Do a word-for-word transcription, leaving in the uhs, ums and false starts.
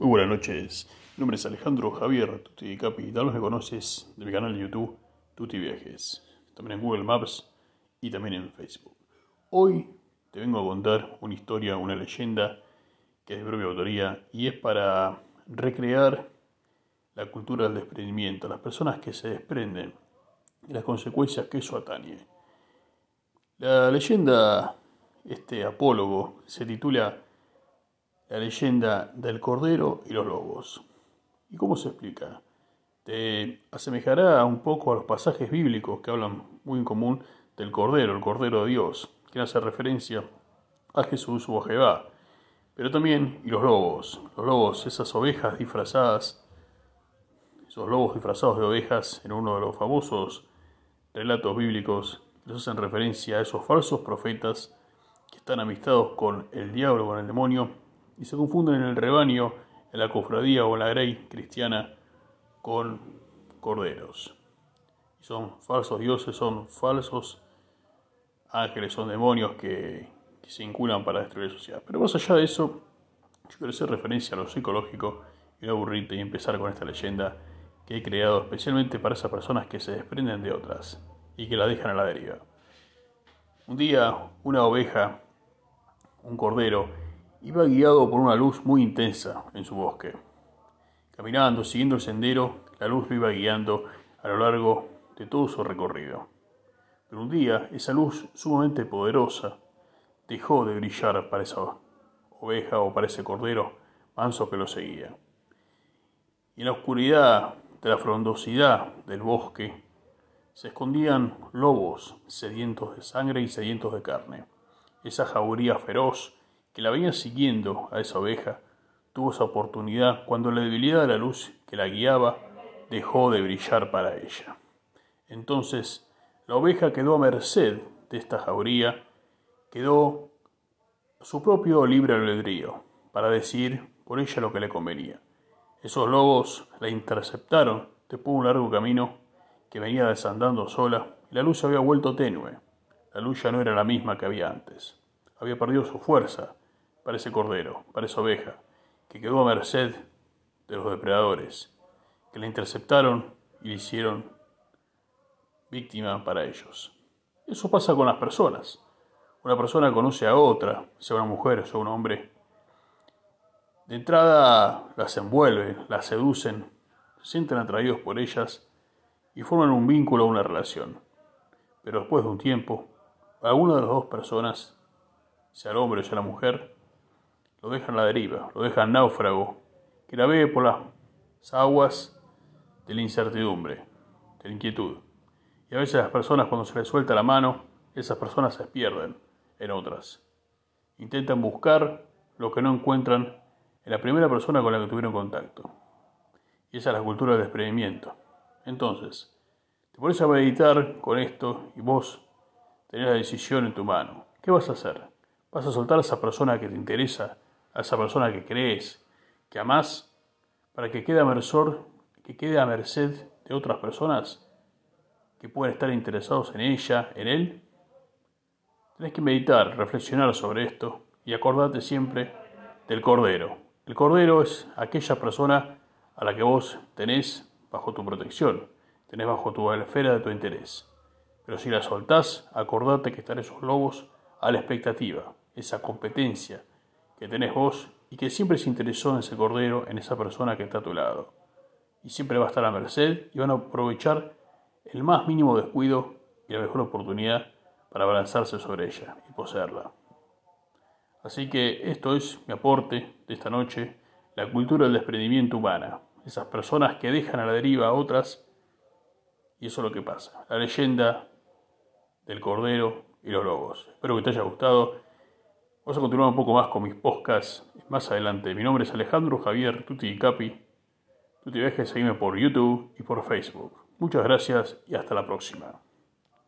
Muy buenas noches, mi nombre es Alejandro Javier Tutti Capi, tal vez me conoces de mi canal de YouTube Tutti Viajes, también en Google Maps y también en Facebook. Hoy te vengo a contar una historia, una leyenda que es de propia autoría y es para recrear la cultura del desprendimiento, las personas que se desprenden y las consecuencias que eso atañe. La leyenda, este apólogo, se titula La leyenda del cordero y los lobos. ¿Y cómo se explica? Te asemejará un poco a los pasajes bíblicos que hablan muy en común del cordero, el cordero de Dios, que hace referencia a Jesús o a Jehová. Pero también, y los lobos, los lobos, esas ovejas disfrazadas, esos lobos disfrazados de ovejas en uno de los famosos relatos bíblicos que nos hacen referencia a esos falsos profetas que están amistados con el diablo, con el demonio, y se confunden en el rebaño, en la cofradía o en la grey cristiana con corderos. Y son falsos dioses, son falsos ángeles, son demonios que, que se inculan para destruir la sociedad. Pero más allá de eso, yo quiero hacer referencia a lo psicológico y no aburrirte y empezar con esta leyenda que he creado especialmente para esas personas que se desprenden de otras y que la dejan a la deriva. Un día, una oveja, un cordero, iba guiado por una luz muy intensa en su bosque. Caminando, siguiendo el sendero, la luz lo iba guiando a lo largo de todo su recorrido. Pero un día, esa luz sumamente poderosa dejó de brillar para esa oveja o para ese cordero manso que lo seguía. Y en la oscuridad de la frondosidad del bosque se escondían lobos sedientos de sangre y sedientos de carne. Esa jauría feroz que la venía siguiendo a esa oveja tuvo esa oportunidad cuando la debilidad de la luz que la guiaba dejó de brillar para ella. Entonces la oveja quedó a merced de esta jauría, quedó a su propio libre albedrío para decidir por ella lo que le convenía. Esos lobos la interceptaron después de un largo camino que venía desandando sola y la luz se había vuelto tenue. La luz ya no era la misma que había antes. Había perdido su fuerza para ese cordero, para esa oveja, que quedó a merced de los depredadores, que la interceptaron y la hicieron víctima para ellos. Eso pasa con las personas. Una persona conoce a otra, sea una mujer o sea un hombre. De entrada las envuelven, las seducen, se sienten atraídos por ellas y forman un vínculo o una relación. Pero después de un tiempo, alguna de las dos personas, sea el hombre o sea la mujer, lo dejan a la deriva, lo dejan náufrago, que navegue por las aguas de la incertidumbre, de la inquietud. Y a veces las personas, cuando se les suelta la mano, esas personas se pierden en otras. Intentan buscar lo que no encuentran en la primera persona con la que tuvieron contacto. Y esa es la cultura del desprendimiento. Entonces, te pones a meditar con esto y vos tenés la decisión en tu mano. ¿Qué vas a hacer? ¿Vas a soltar a esa persona que te interesa, a esa persona que crees, que amás, para que quede a merced, que quede a merced de otras personas que pueden estar interesados en ella, en él? Tenés que meditar, reflexionar sobre esto y acordate siempre del cordero. El cordero es aquella persona a la que vos tenés bajo tu protección, tenés bajo tu esfera de tu interés. Pero si la soltás, acordate que están esos lobos a la expectativa, esa competencia que tenés vos y que siempre se interesó en ese cordero, en esa persona que está a tu lado. Y siempre va a estar a merced y van a aprovechar el más mínimo descuido y la mejor oportunidad para abalanzarse sobre ella y poseerla. Así que esto es mi aporte de esta noche, la cultura del desprendimiento humana. Esas personas que dejan a la deriva a otras, y eso es lo que pasa. La leyenda del cordero y los lobos. Espero que te haya gustado. Vamos a continuar un poco más con mis podcasts más adelante. Mi nombre es Alejandro Javier Tutti Capi. Tutti Viajes, seguime por YouTube y por Facebook. Muchas gracias y hasta la próxima.